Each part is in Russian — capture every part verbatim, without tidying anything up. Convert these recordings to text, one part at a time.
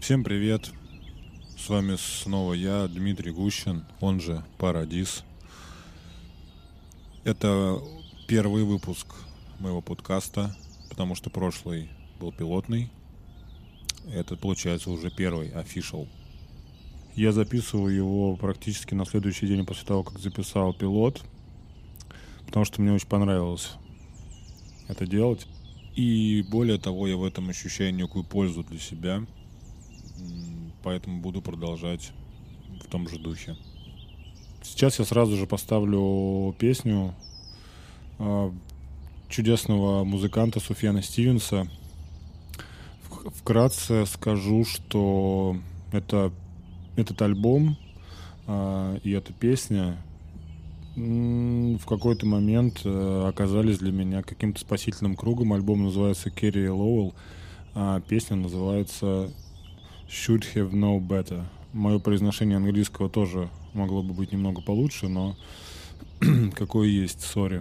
Всем привет, с вами снова я, Дмитрий Гущин, он же Парадис. Это первый выпуск моего подкаста, потому что прошлый был пилотный. Этот, получается, уже первый, official. Я записываю его практически на следующий день после того, как записал пилот, потому что мне очень понравилось это делать. И более того, я в этом ощущаю некую пользу для себя, поэтому буду продолжать в том же духе. Сейчас я сразу же поставлю песню э, чудесного музыканта Суфьяна Стивенса. Вкратце скажу, что это, этот альбом э, и эта песня в какой-то момент оказались для меня каким-то спасительным кругом. Альбом называется Керри Лоуэлл, а песня называется Should Have Known Better. Мое произношение английского тоже могло бы быть немного получше, но какое есть, сори.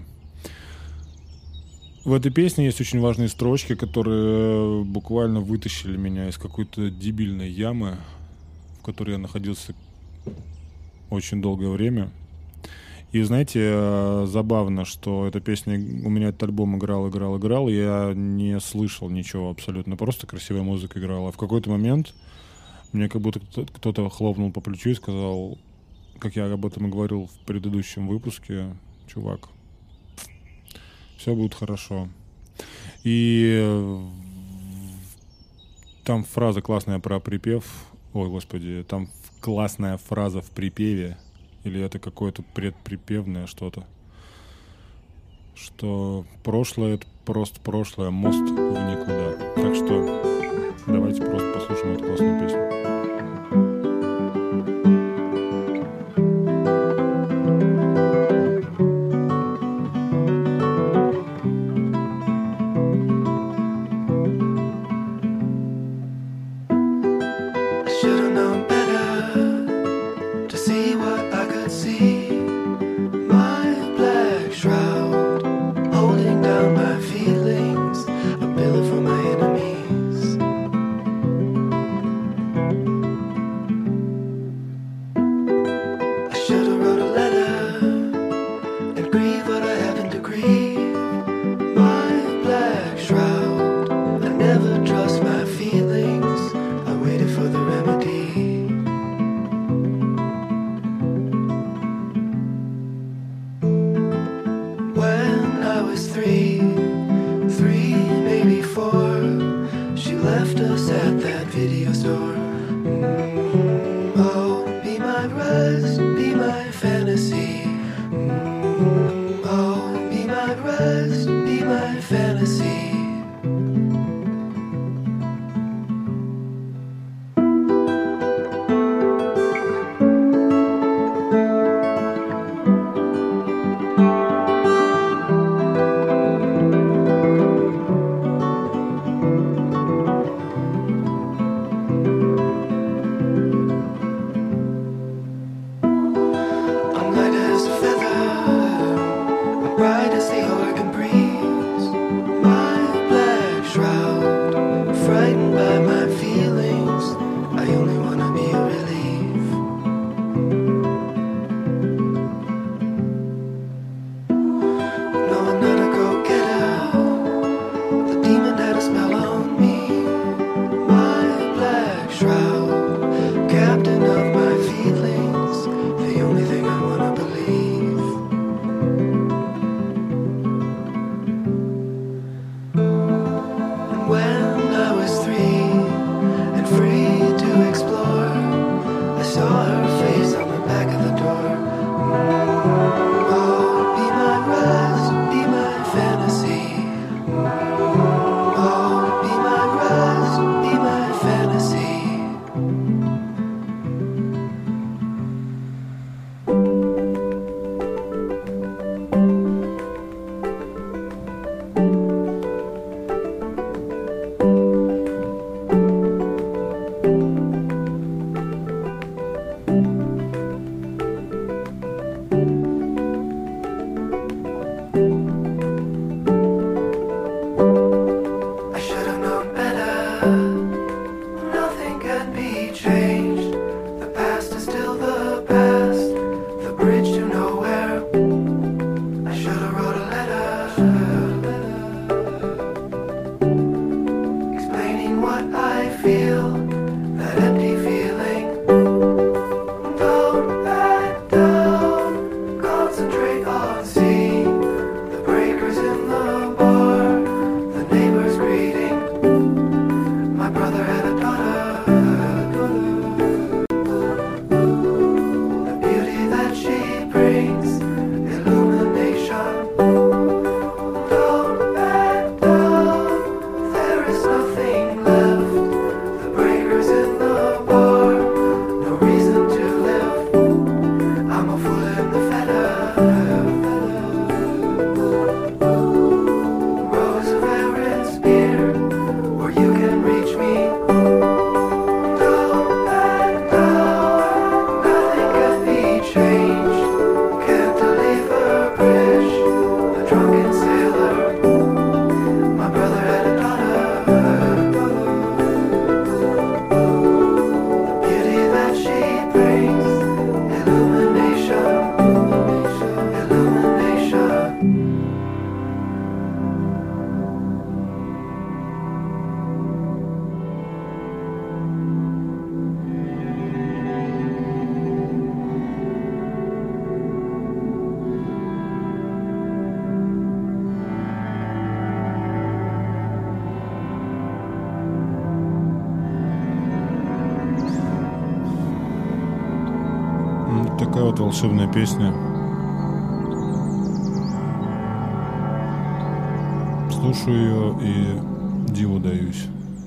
В этой песне есть очень важные строчки, которые буквально вытащили меня из какой-то дебильной ямы, в которой я находился очень долгое время. И знаете, забавно, что эта песня, у меня этот альбом играл, играл, играл, я не слышал ничего абсолютно, просто красивая музыка играла. А в какой-то момент мне как будто кто-то хлопнул по плечу и сказал, как я об этом и говорил в предыдущем выпуске: чувак, все будет хорошо. И там фраза классная про припев, ой, господи, там классная фраза в припеве, или это какое-то предприпевное что-то, что прошлое — это просто прошлое, мост в никуда. Так что давайте просто послушаем эту классную песню. Такая вот волшебная песня. Слушаю ее и диву даюсь.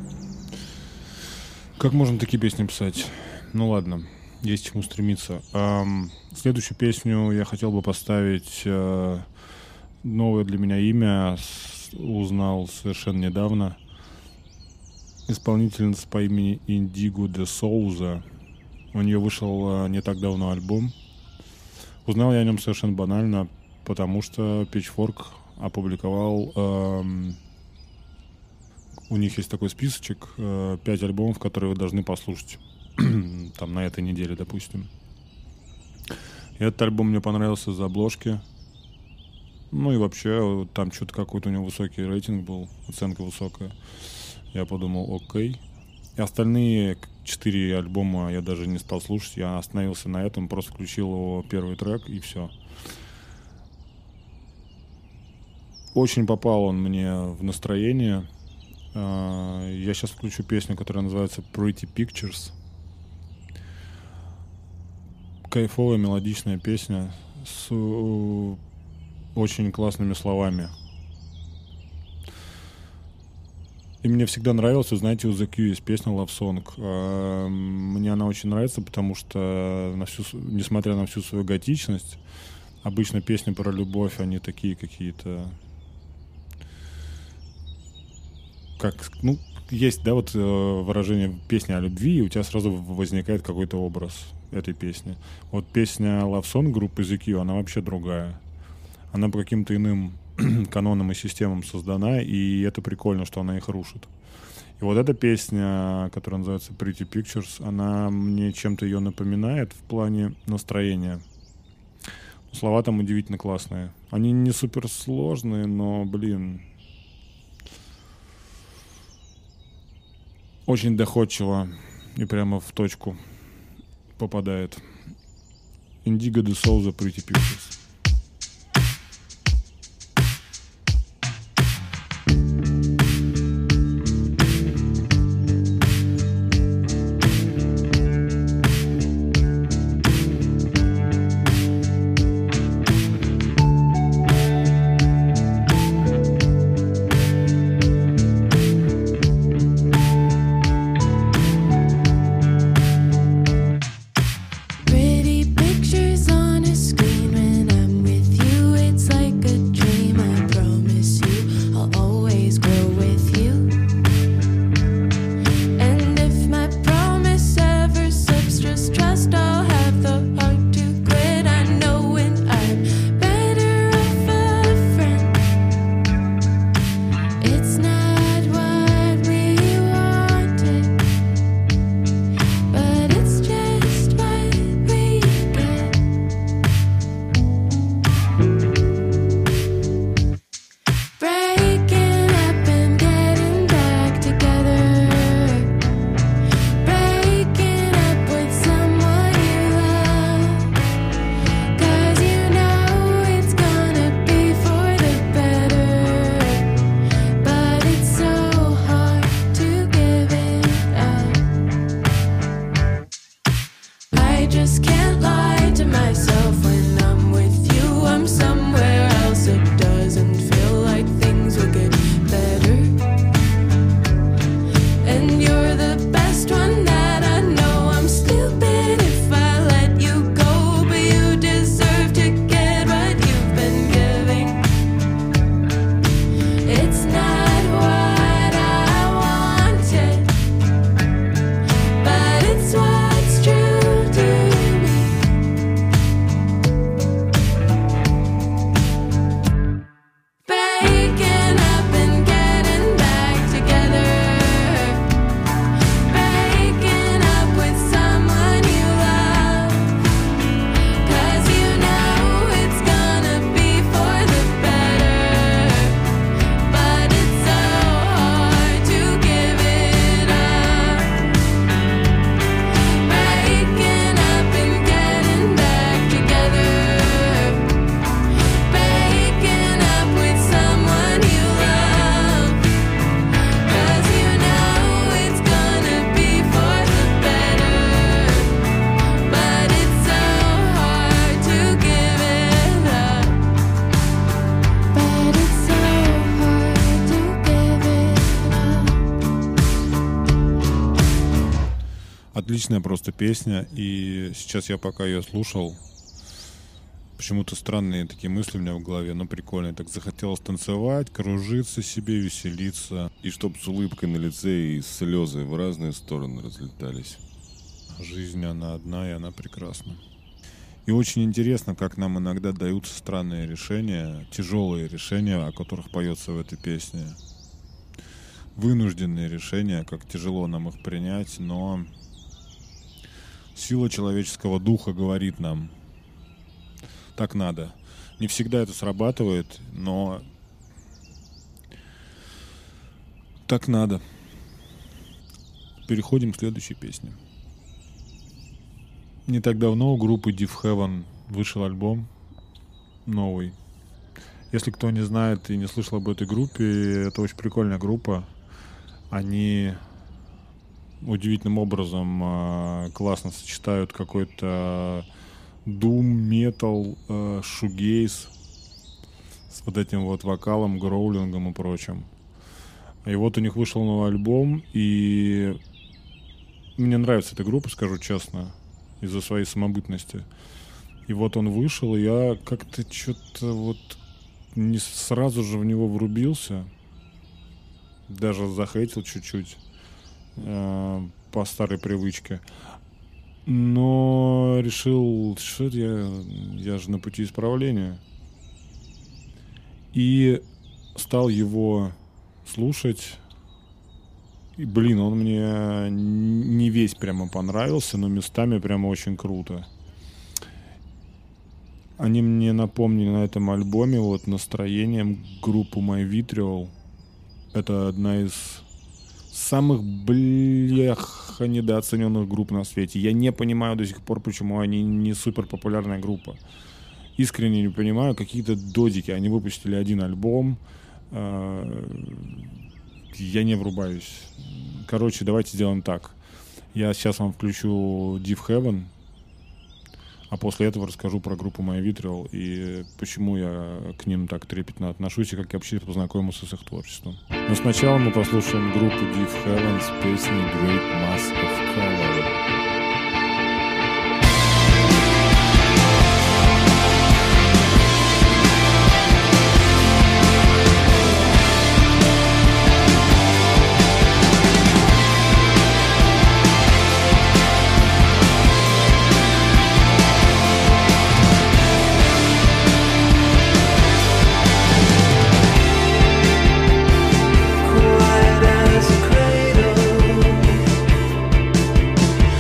Как можно такие песни писать? Ну ладно, есть к чему стремиться. Эм, следующую песню я хотел бы поставить. Э, новое для меня имя. С, узнал совершенно недавно. Исполнительница по имени Индиго де Соуза. У нее вышел не так давно альбом. Узнал я о нем совершенно банально, потому что Pitchfork опубликовал... Эм, у них есть такой списочек, э, пять альбомов, которые вы должны послушать. Там на этой неделе, допустим. И этот альбом мне понравился из-за обложки. Ну и вообще, там что-то какой-то у него высокий рейтинг был, оценка высокая. Я подумал, окей. И остальные четыре альбома я даже не стал слушать. Я остановился на этом, просто включил его первый трек и все. Очень попал он мне в настроение. Я сейчас включу песню, которая называется Pretty Pictures. Кайфовая мелодичная песня с очень классными словами. И мне всегда нравился, знаете, у The Q есть песня Love Song. Мне она очень нравится, потому что, на всю, несмотря на всю свою готичность, обычно песни про любовь, они такие какие-то... Как, ну, есть, да, вот выражение песни о любви, и у тебя сразу возникает какой-то образ этой песни. Вот песня Love Song группы The Q, она вообще другая. Она по каким-то иным канонам и системам создана, и это прикольно, что она их рушит. И вот эта песня, которая называется Pretty Pictures, она мне чем-то ее напоминает в плане настроения. Слова там удивительно классные. Они не суперсложные, но, блин, очень доходчиво и прямо в точку попадает. Индиго де Соуза, Pretty Pictures. Pretty pictures on a screen when I'm Отличная просто песня, и сейчас я пока ее слушал, почему-то странные такие мысли у меня в голове, но прикольные. Так захотелось танцевать, кружиться себе, веселиться. И чтоб с улыбкой на лице и слезы в разные стороны разлетались. Жизнь, она одна, и она прекрасна. И очень интересно, как нам иногда даются странные решения, тяжелые решения, о которых поется в этой песне. Вынужденные решения, как тяжело нам их принять, но сила человеческого духа говорит нам: так надо. Не всегда это срабатывает, но так надо. Переходим к следующей песне. Не так давно у группы Deaf Heaven вышел альбом новый. Если кто не знает и не слышал об этой группе, это очень прикольная группа. Они удивительным образом э, классно сочетают какой-то doom, метал, э, шугейз с вот этим вот вокалом, гроулингом и прочим. И вот у них вышел новый альбом, и мне нравится эта группа, скажу честно, из-за своей самобытности. И вот он вышел, и я как-то что-то вот не сразу же в него врубился. Даже захейтил чуть-чуть э, по старой привычке. Но решил, что я, я же на пути исправления. И стал его слушать. И, блин, он мне не весь прямо понравился, но местами прямо очень круто. Они мне напомнили на этом альбоме вот настроением группу My Vitriol. Это одна из самых, бляха, недооцененных групп на свете. Я не понимаю до сих пор, почему они не супер популярная группа. Искренне не понимаю. Какие-то додики. Они выпустили один альбом. Я не врубаюсь. Короче, давайте сделаем так. Я сейчас вам включу Deaf Heaven, а после этого расскажу про группу My Vitriol и почему я к ним так трепетно отношусь и как я вообще познакомился с их творчеством. Но сначала мы послушаем группу Deaf Heaven с песней Great Mass of Color. Quiet as a cradle,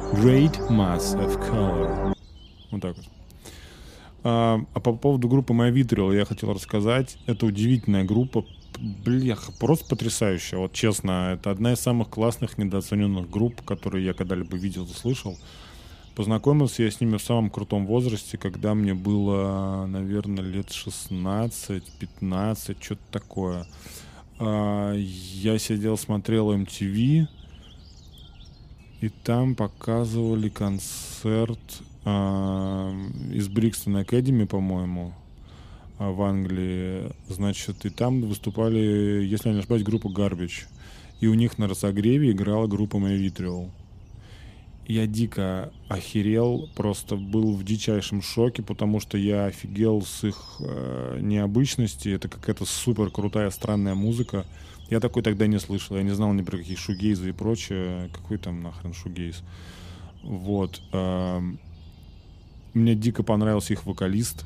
Great Mass of Color. Вот так вот. А, а по поводу группы My Vitriol я хотел рассказать. Это удивительная группа. Блях, просто потрясающая. Вот честно, это одна из самых классных, недооцененных групп, которые я когда-либо видел и слышал. Познакомился я с ними в самом крутом возрасте, когда мне было, наверное, лет шестнадцать-пятнадцать, что-то такое. А, я сидел, смотрел эм ти ви, и там показывали концерт а, из Brixton Academy, по-моему, в Англии. Значит, и там выступали, если я не ошибаюсь, группа Garbage. И у них на разогреве играла группа My Vitriol. Я дико охерел, просто был в дичайшем шоке, потому что я офигел с их э, необычности. Это какая-то супер крутая, странная музыка. Я такой тогда не слышал, я не знал ни про какие шугейзы и прочее. Какой там нахрен шугейз? Вот. Э, мне дико понравился их вокалист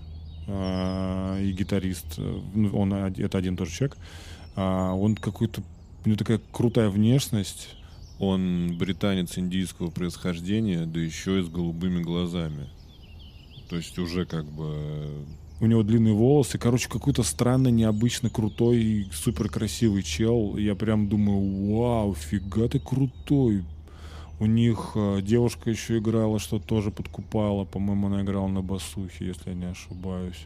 э, и гитарист. Он, это один тоже человек. Э, он какой-то... У него такая крутая внешность. Он британец индийского происхождения, да еще и с голубыми глазами. То есть уже как бы... У него длинные волосы. Короче, какой-то странный, необычно крутой, супер красивый чел. Я прям думаю, вау, фига ты крутой. У них э, девушка еще играла, что тоже подкупала. По-моему, она играла на басухе, если я не ошибаюсь.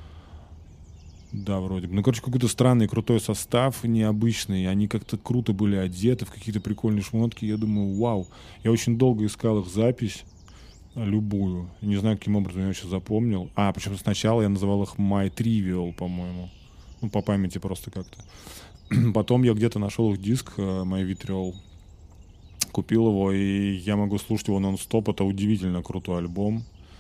Да, вроде бы. Ну, короче, какой-то странный, крутой состав, необычный. Они как-то круто были одеты в какие-то прикольные шмотки. Я думаю, вау. Я очень долго искал их запись, любую. Не знаю, каким образом я еще запомнил. А, причем сначала я называл их My Trivial, по-моему. Ну, по памяти просто как-то. Потом я где-то нашел их диск My Vitriol. Купил его, и я могу слушать его нон-стоп. Это удивительно крутой альбом.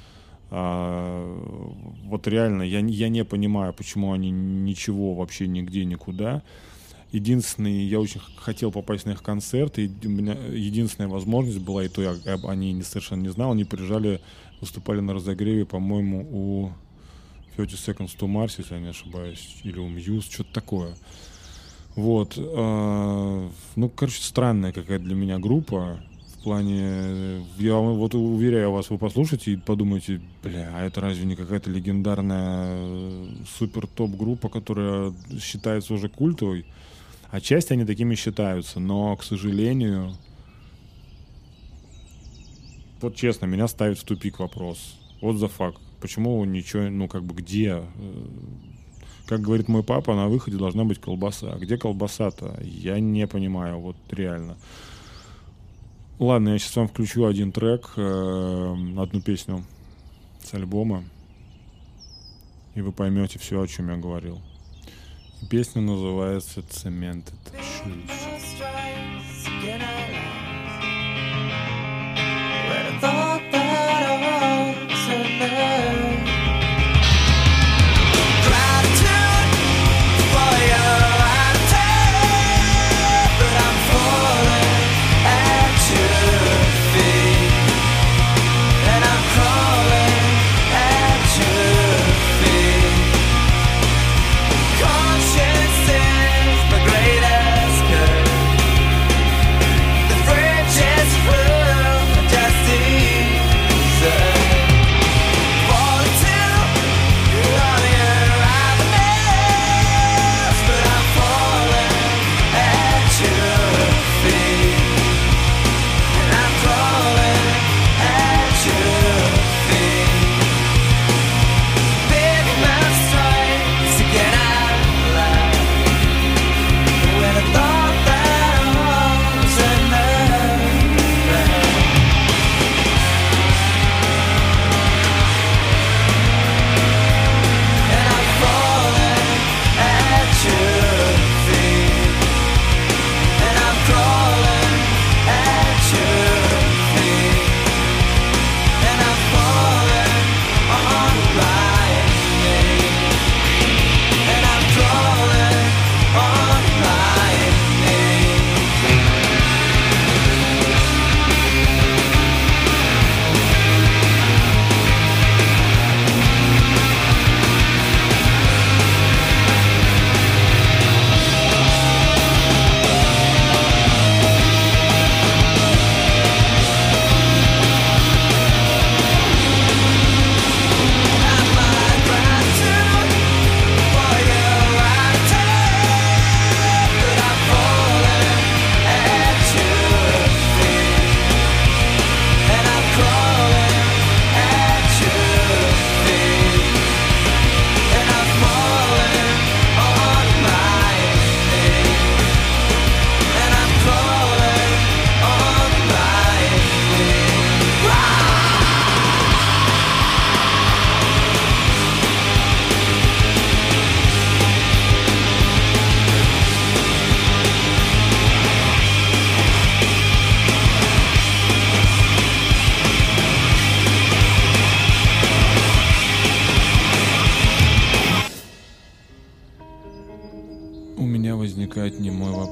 А, вот реально, я, я не понимаю, почему они ничего вообще нигде, никуда. Единственный, я очень хотел попасть на их концерт, и у меня единственная возможность была, и то я об они совершенно не знал, они приезжали, выступали на разогреве, по-моему, у тридцать Seconds to Mars, если я не ошибаюсь, или у Muse, что-то такое. Вот. А, ну, короче, странная какая-то для меня группа. В плане, я вот уверяю вас, вы послушаете и подумаете, бля, а это разве не какая-то легендарная супер-топ-группа, которая считается уже культовой? Отчасти они такими считаются, но, к сожалению, вот честно, меня ставит в тупик вопрос. What the fuck? Почему ничего, ну как бы где? Как говорит мой папа, на выходе должна быть колбаса. А где колбаса-то? Я не понимаю, вот реально. Ладно, я сейчас вам включу один трек, э, одну песню с альбома, и вы поймете все, о чем я говорил. Песня называется «Cemented Shoes». Conscience is the greatest curse.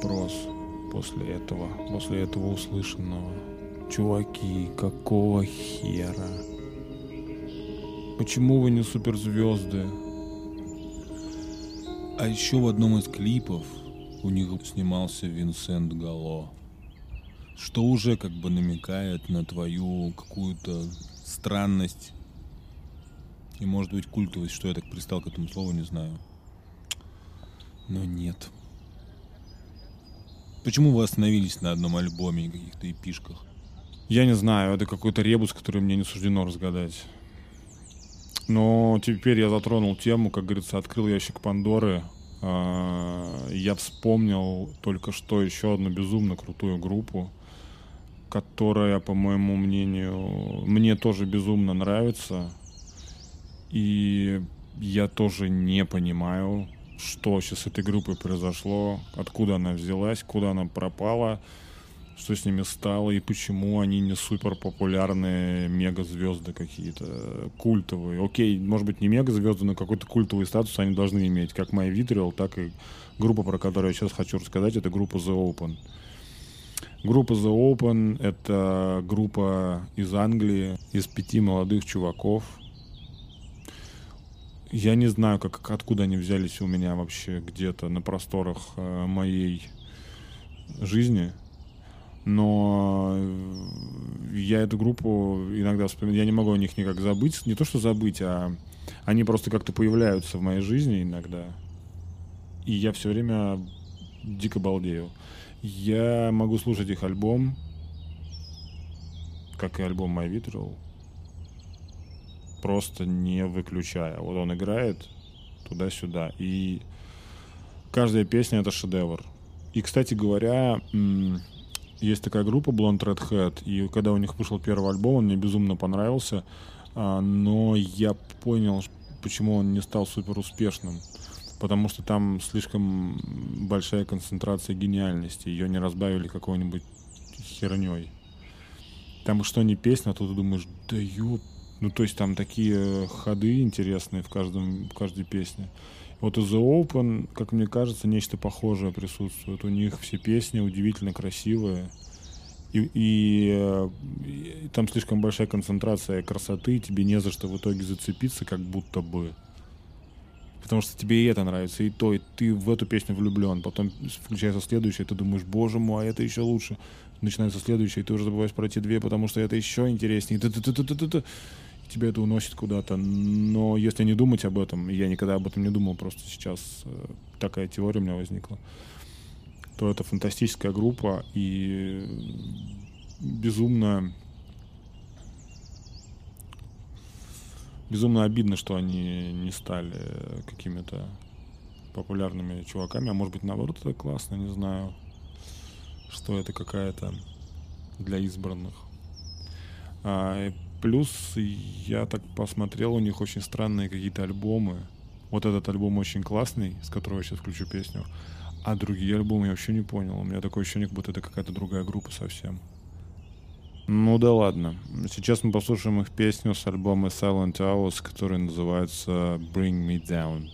вопрос после этого, после этого услышанного. Чуваки, какого хера? Почему вы не суперзвезды? А еще в одном из клипов у них снимался Винсент Галло, что уже как бы намекает на твою какую-то странность и, может быть, культовость. Что я так пристал к этому слову, не знаю. Но нет. Почему вы остановились на одном альбоме и каких-то эпишках? Я не знаю, это какой-то ребус, который мне не суждено разгадать. Но теперь я затронул тему, как говорится, открыл ящик Пандоры. Я вспомнил только что еще одну безумно крутую группу, которая, по моему мнению, мне тоже безумно нравится. И я тоже не понимаю, что сейчас с этой группой произошло, откуда она взялась, куда она пропала, что с ними стало и почему они не супер популярные мегазвезды какие-то, культовые. Окей, может быть, не мегазвезды, но какой-то культовый статус они должны иметь, как My Vitriol, так и группа, про которую я сейчас хочу рассказать, это группа The Open. Группа The Open — это группа из Англии, из пяти молодых чуваков. Я не знаю, как, откуда они взялись у меня вообще где-то на просторах э, моей жизни, но я эту группу иногда вспоминаю, я не могу о них никак забыть, не то что забыть, а они просто как-то появляются в моей жизни иногда, и я все время дико балдею. Я могу слушать их альбом, как и альбом My Vitriol, просто не выключая. Вот он играет туда-сюда, и каждая песня — это шедевр. И, кстати говоря, есть такая группа Blonde Redhead, и когда у них вышел первый альбом, он мне безумно понравился, но я понял, почему он не стал супер успешным. Потому что там слишком большая концентрация гениальности, ее не разбавили какой-нибудь херней. Там что ни песня, а то ты думаешь, да ёп. Ну, то есть там такие ходы интересные в, каждом, в каждой песне. Вот у The Open, как мне кажется, нечто похожее присутствует. У них все песни удивительно красивые. И, и, и там слишком большая концентрация красоты, тебе не за что в итоге зацепиться, как будто бы. Потому что тебе и это нравится, и то, и ты в эту песню влюблен. Потом включается следующая, и ты думаешь, боже мой, а это еще лучше. Начинается следующая, и ты уже забываешь про эти две, потому что это еще интереснее. И тебя это уносит куда-то. Но если не думать об этом, я никогда об этом не думал, просто сейчас э, такая теория у меня возникла, то это фантастическая группа, и безумно... Безумно обидно, что они не стали какими-то популярными чуваками. А может быть, наоборот, это классно, не знаю. Что это какая-то для избранных. А, плюс я так посмотрел, у них очень странные какие-то альбомы. Вот этот альбом очень классный, с которого я сейчас включу песню. А другие альбомы я вообще не понял. У меня такое ощущение, как будто это какая-то другая группа совсем. Ну да ладно. Сейчас мы послушаем их песню с альбома Silent Hours, которая называется Bring Me Down.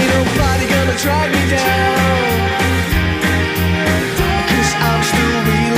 Drag me down, 'cause I'm still real.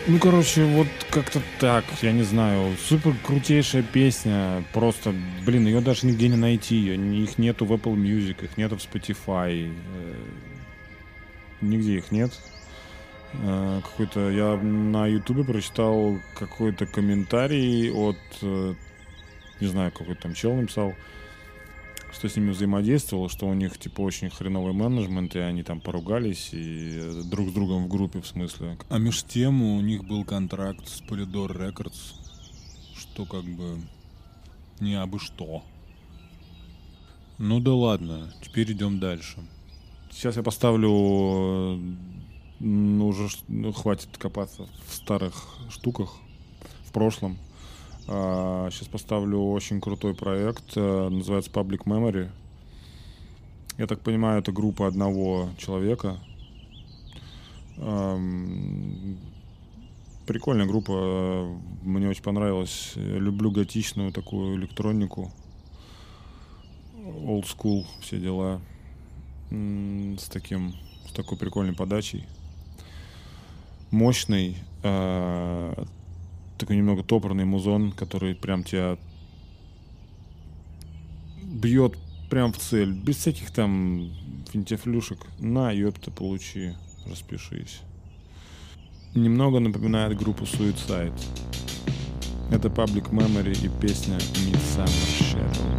Ну, короче, вот как-то так, я не знаю. Супер крутейшая песня. Просто, блин, ее даже нигде не найти. Их нету в Apple Music, их нету в Spotify. Нигде их нет. Какой-то я на Ютубе прочитал какой-то комментарий от, не знаю, какой-то там чел написал, что с ними взаимодействовал, что у них типа очень хреновый менеджмент, и они там поругались и друг с другом в группе, в смысле. А меж тем у них был контракт с Polydor Records, что как бы не абы что. Ну да ладно, теперь идем дальше. Сейчас я поставлю, ну уже ну, хватит копаться в старых штуках, в прошлом. Uh, сейчас поставлю очень крутой проект, uh, называется Public Memory. Я так понимаю, это группа одного человека. Um, прикольная группа, uh, мне очень понравилась. Я люблю готичную такую электронику, old school, все дела, mm, с таким, с такой прикольной подачей, мощный. Uh, Такой немного топорный музон, который прям тебя бьет прям в цель, без всяких там финтифлюшек. На, ёпта, получи, распишись. Немного напоминает группу Suicide. Это Public Memory и песня Midsummer Shadow.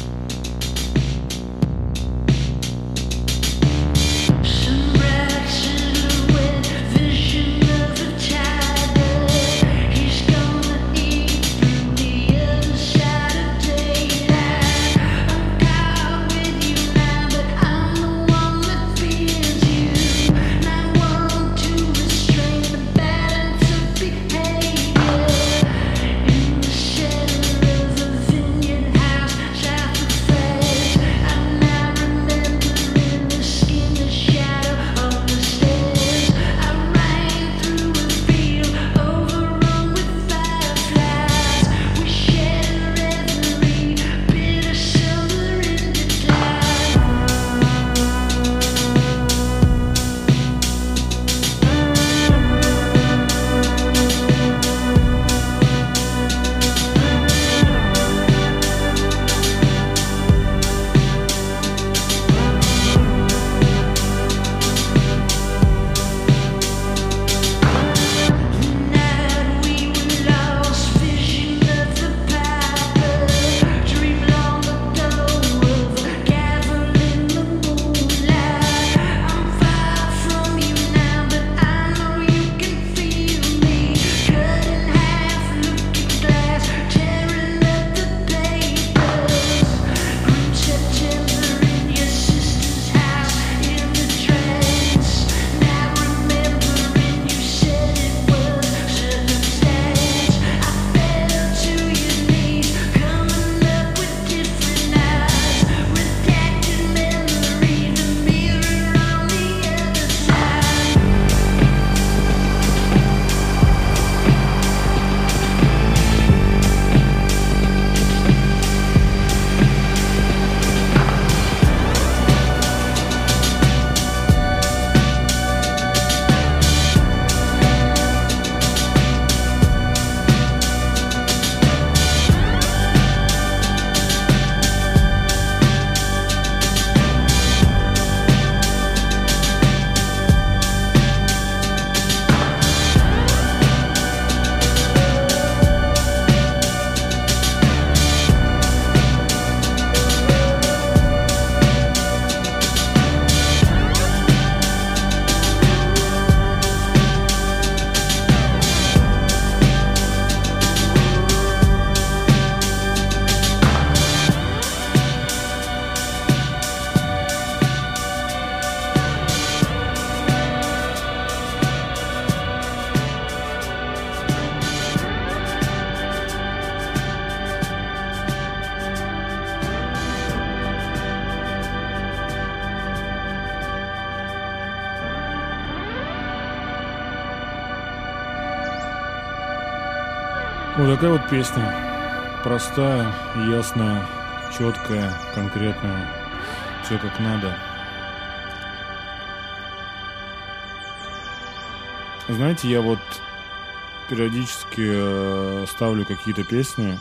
Вот такая вот песня. Простая, ясная, четкая, конкретная. Все как надо. Знаете, я вот периодически э, ставлю какие-то песни,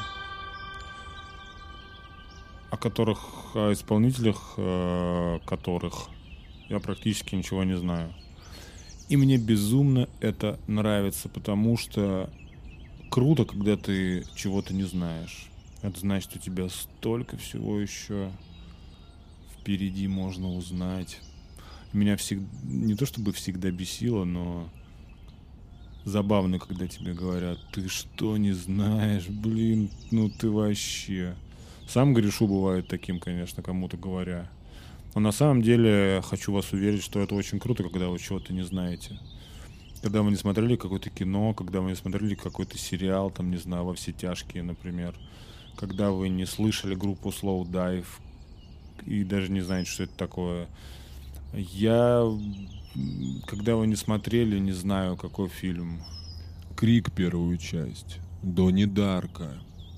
о которых, о исполнителях э, которых я практически ничего не знаю. И мне безумно это нравится, потому что круто, когда ты чего-то не знаешь. Это значит, у тебя столько всего еще впереди можно узнать. Меня всегда, не то чтобы всегда бесило, но забавно, когда тебе говорят: ты что, не знаешь? Блин, ну ты вообще... Сам грешу, бывает таким, конечно, кому-то говоря. Но на самом деле хочу вас уверить, что это очень круто, когда вы чего-то не знаете. Когда вы не смотрели какое-то кино, когда вы не смотрели какой-то сериал, там, не знаю, «Во все тяжкие», например. Когда вы не слышали группу Slow Dive и даже не знаете, что это такое. Я, когда вы не смотрели, не знаю, какой фильм. «Крик» первую часть, «Донни Дарка».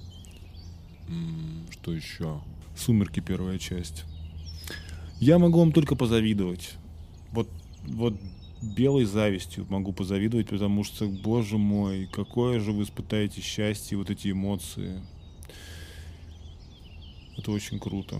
М-м, что еще? «Сумерки» первая часть. Я могу вам только позавидовать. Вот, вот белой завистью могу позавидовать, потому что, боже мой, какое же вы испытаете счастье, вот эти эмоции. Это очень круто.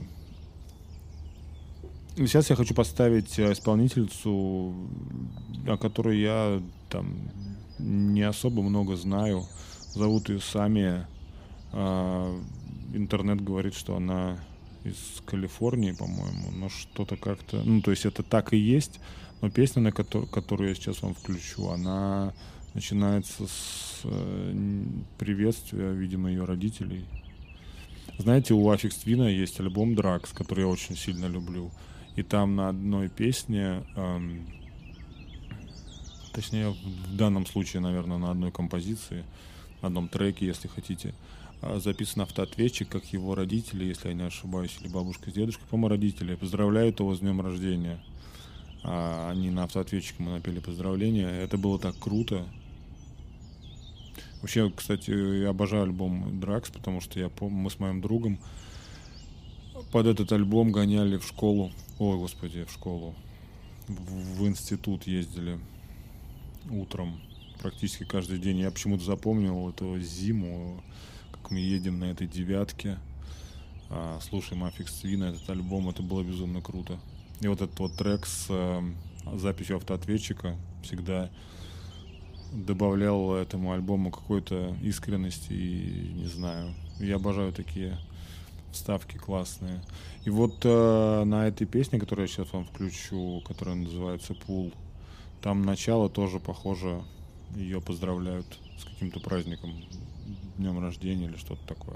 И сейчас я хочу поставить исполнительницу, о которой я там не особо много знаю. Зовут ее Самия. А, интернет говорит, что она из Калифорнии, по-моему, но что-то как-то... Ну, то есть это так и есть, но песня, на которую, которую я сейчас вам включу, она начинается с э, приветствия, видимо, ее родителей. Знаете, у Aphex Twin есть альбом Drugs, который я очень сильно люблю. И там на одной песне, эм, точнее, в данном случае, наверное, на одной композиции, на одном треке, если хотите, записан автоответчик, как его родители, если я не ошибаюсь, или бабушка с дедушкой, по-моему, родители, поздравляют его с днем рождения. А они на автоответчик мы напели поздравления. Это было так круто. Вообще, кстати, я обожаю альбом Drugs, потому что я помню, мы с моим другом под этот альбом гоняли в школу. Ой, господи, в школу. В, в институт ездили утром. Практически каждый день. Я почему-то запомнил эту зиму, как мы едем на этой девятке, а, слушаем Aphex Twin, этот альбом, это было безумно круто. И вот этот вот трек с а, записью автоответчика всегда добавлял этому альбому какой-то искренности и, не знаю, я обожаю такие вставки классные. И вот а, на этой песне, которую я сейчас вам включу, которая называется «Pool», там начало тоже похоже, ее поздравляют с каким-то праздником, днем рождения или что-то такое.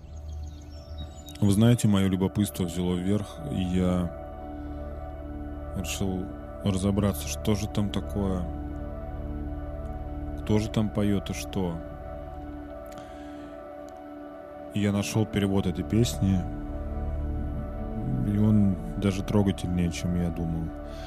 Вы знаете, мое любопытство взяло вверх, и я решил разобраться, что же там такое, кто же там поет и что. И я нашел перевод этой песни, и он даже трогательнее, чем я думал.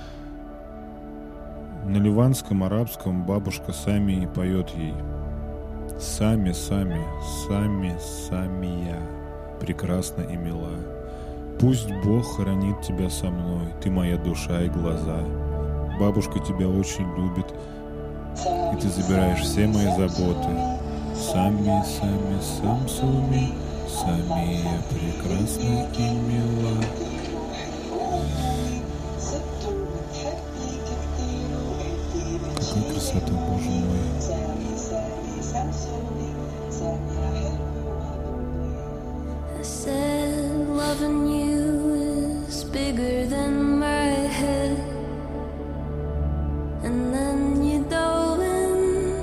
На ливанском, арабском бабушка Сами поет ей: «Сами, сами, сами, самия, прекрасна и мила. Пусть Бог хранит тебя со мной, ты моя душа и глаза. Бабушка тебя очень любит, и ты забираешь все мои заботы. Сами, сами, сам, суми, самия, прекрасна и мила». Какая красота, боже мой. I said loving you is bigger than my head, and then you dove in,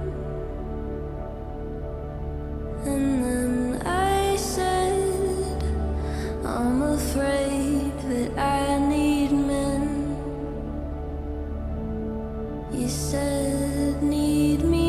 and then I said I'm afraid that I need men. You said need me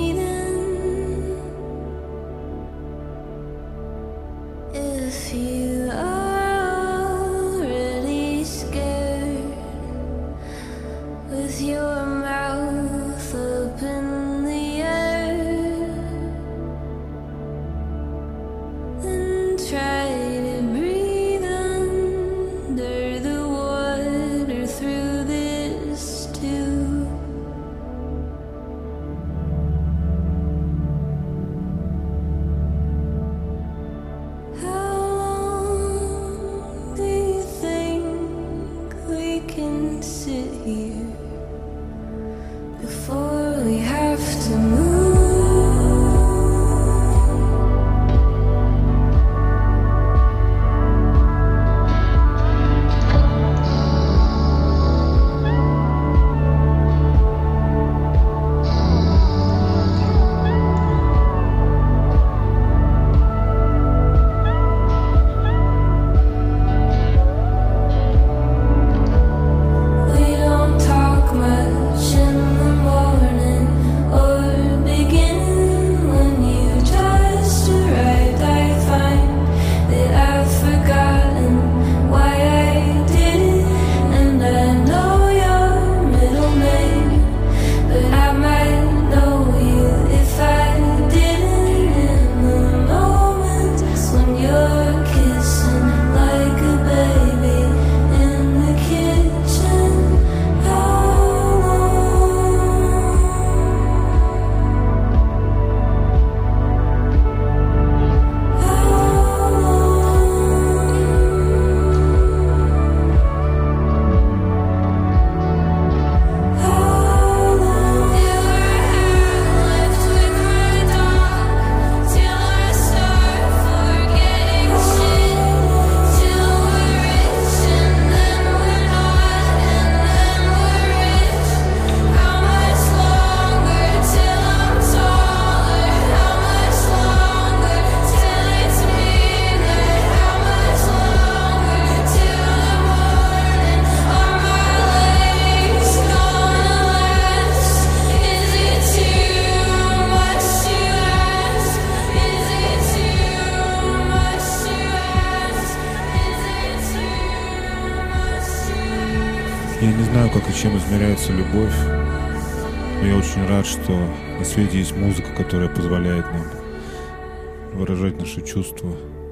знаю, как и чем измеряется любовь, но я очень рад, что на свете есть музыка, которая позволяет нам выражать наши чувства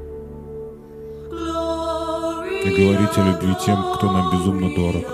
и говорить о любви тем, кто нам безумно дорог.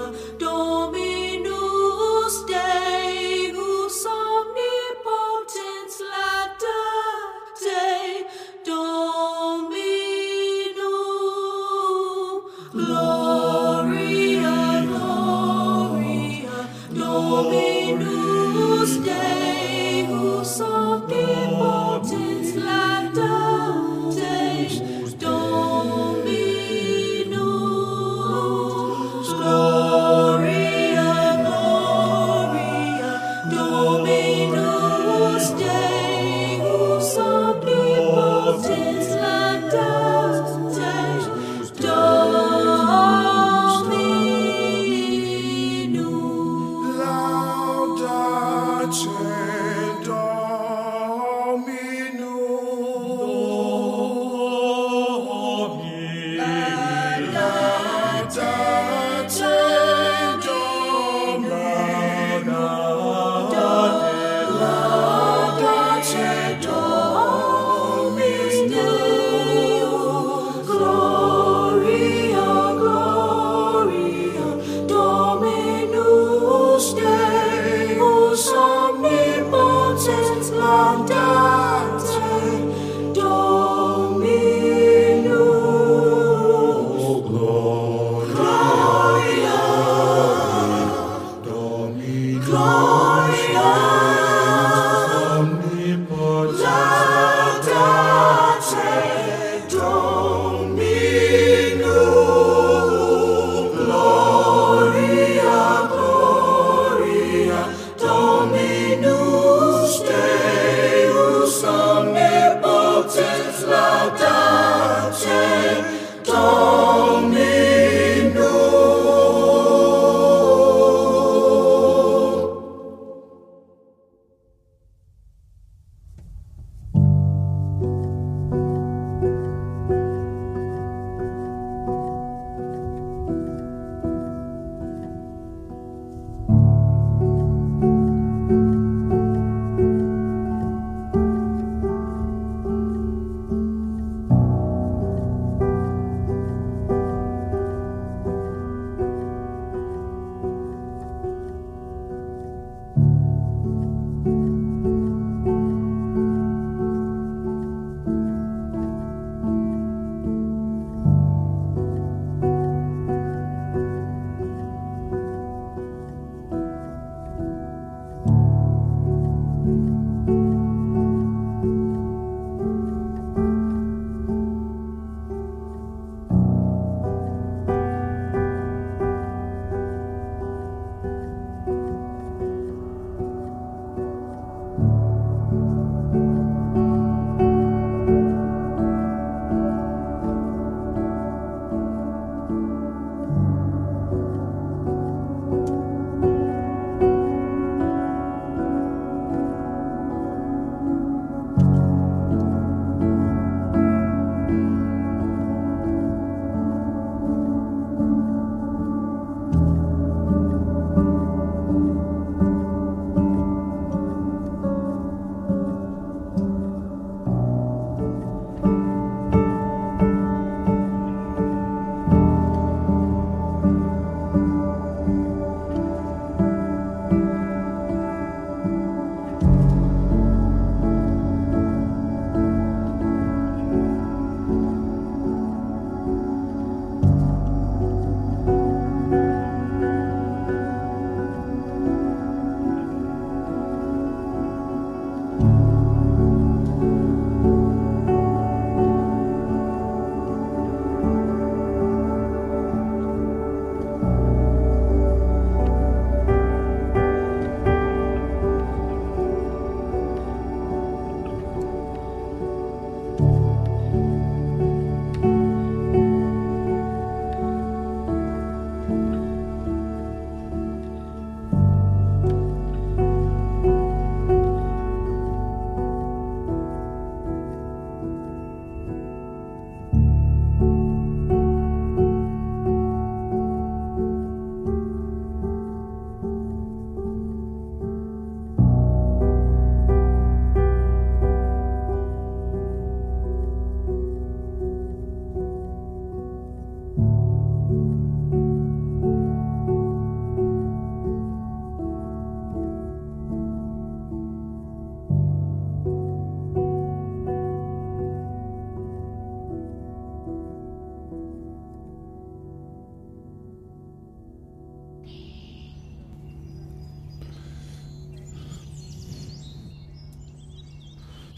Dominus Deus.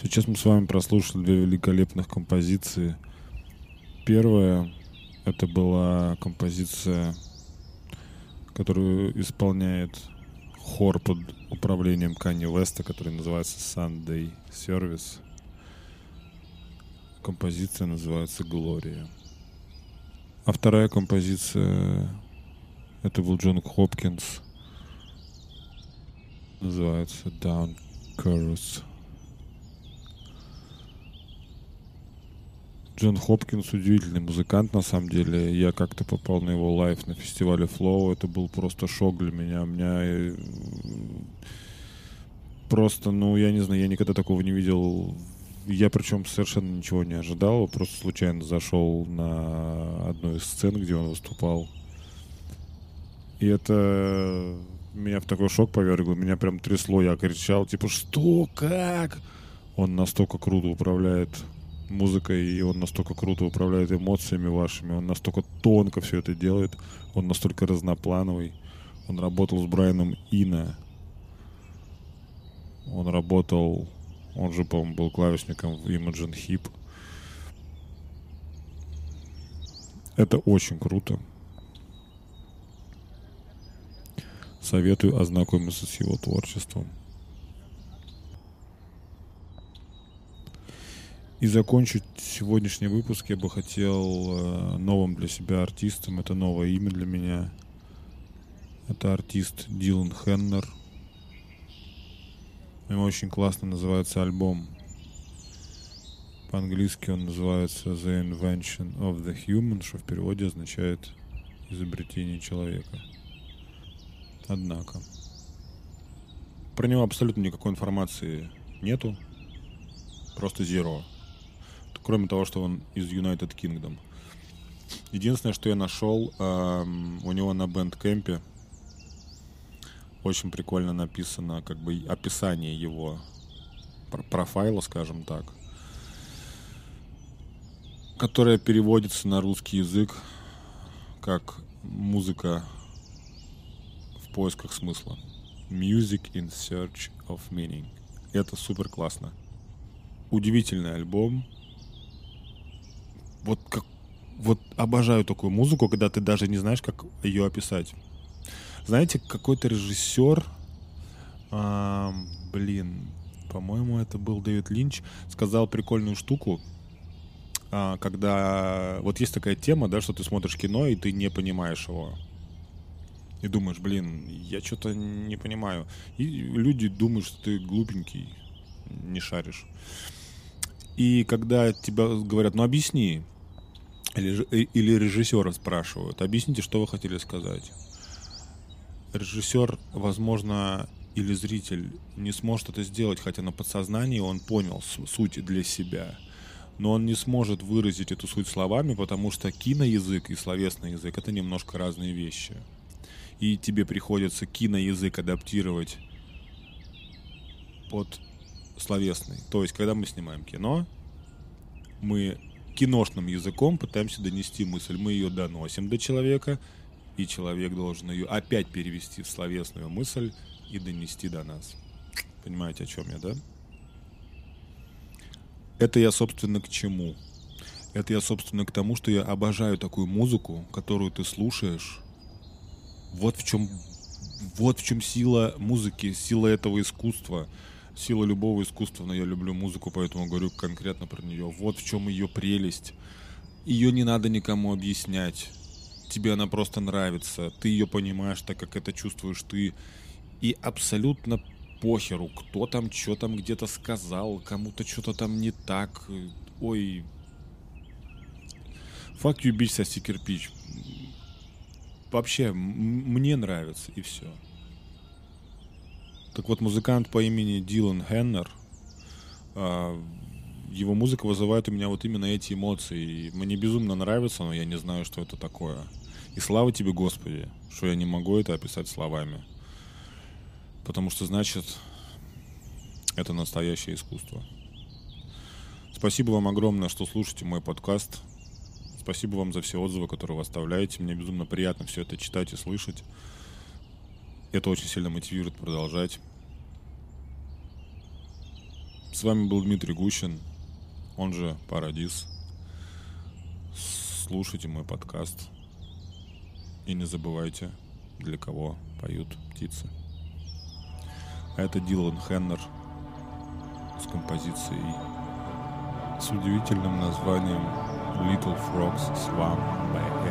Сейчас мы с вами прослушали две великолепных композиции. Первая — это была композиция, которую исполняет хор под управлением Канье Уэста, который называется Sunday Service. Композиция называется «Глория». А вторая композиция — это был Джон Хопкинс. Называется «Down Chorus». Джон Хопкинс удивительный музыкант, на самом деле. Я как-то попал на его лайв на фестивале Flow. Это был просто шок для меня. У меня просто, ну, я не знаю, я никогда такого не видел. Я причем совершенно ничего не ожидал. Просто случайно зашел на одну из сцен, где он выступал. И это меня в такой шок повергло. Меня прям трясло. Я кричал, типа, что, как? Он настолько круто управляет музыкой, и он настолько круто управляет эмоциями вашими, он настолько тонко все это делает, он настолько разноплановый. Он работал с Брайаном Ино, он работал, он же, по-моему, был клавишником в Imogen Heap. Это очень круто. Советую ознакомиться с его творчеством. И закончить сегодняшний выпуск я бы хотел э, новым для себя артистом. Это новое имя для меня. Это артист Дилан Хеннер. У него очень классно называется альбом. По-английски он называется The Invention of the Human, что в переводе означает изобретение человека. Однако про него абсолютно никакой информации нету. Просто zero. Кроме того, что он из United Kingdom. Единственное, что я нашел, эм, у него на Bandcamp'е очень прикольно написано, как бы, описание его профайла, скажем так, которое переводится на русский язык как «музыка в поисках смысла». Music in search of meaning. Это супер классно. Удивительный альбом. Вот как, вот обожаю такую музыку, когда ты даже не знаешь, как ее описать. Знаете, какой-то режиссер, а, блин, по-моему, это был Дэвид Линч, сказал прикольную штуку, а, когда вот есть такая тема, да, что ты смотришь кино и ты не понимаешь его. И думаешь, блин, я что-то не понимаю. И люди думают, что ты глупенький, не шаришь. И когда тебя говорят, ну объясни, или, или режиссера спрашивают, объясните, что вы хотели сказать. Режиссер, возможно, или зритель не сможет это сделать, хотя на подсознании он понял суть для себя. Но он не сможет выразить эту суть словами, потому что киноязык и словесный язык — это немножко разные вещи. И тебе приходится киноязык адаптировать под словесный. То есть, когда мы снимаем кино, мы киношным языком пытаемся донести мысль. Мы ее доносим до человека, и человек должен ее опять перевести в словесную мысль и донести до нас. Понимаете, о чем я, да? Это я, собственно, к чему? Это я, собственно, к тому, что я обожаю такую музыку, которую ты слушаешь. Вот в чем, вот в чем сила музыки, сила этого искусства. Сила любого искусства, но я люблю музыку, поэтому говорю конкретно про нее. Вот в чем ее прелесть. Ее не надо никому объяснять. Тебе она просто нравится. Ты ее понимаешь так, как это чувствуешь ты. И абсолютно похеру, кто там что там где-то сказал, кому-то что-то там не так. Ой. Fuck you, bitch, соси кирпич. Вообще, м- мне нравится, и все. Так вот, музыкант по имени Дилан Хеннер, его музыка вызывает у меня вот именно эти эмоции. Мне безумно нравится, но я не знаю, что это такое. И слава тебе, Господи, что я не могу это описать словами. Потому что, значит, это настоящее искусство. Спасибо вам огромное, что слушаете мой подкаст. Спасибо вам за все отзывы, которые вы оставляете. Мне безумно приятно все это читать и слышать. Это очень сильно мотивирует продолжать. С вами был Дмитрий Гущин, он же Парадис. Слушайте мой подкаст. И не забывайте, для кого поют птицы. А это Дилан Хеннер с композицией с удивительным названием Little Frogs Swam Back.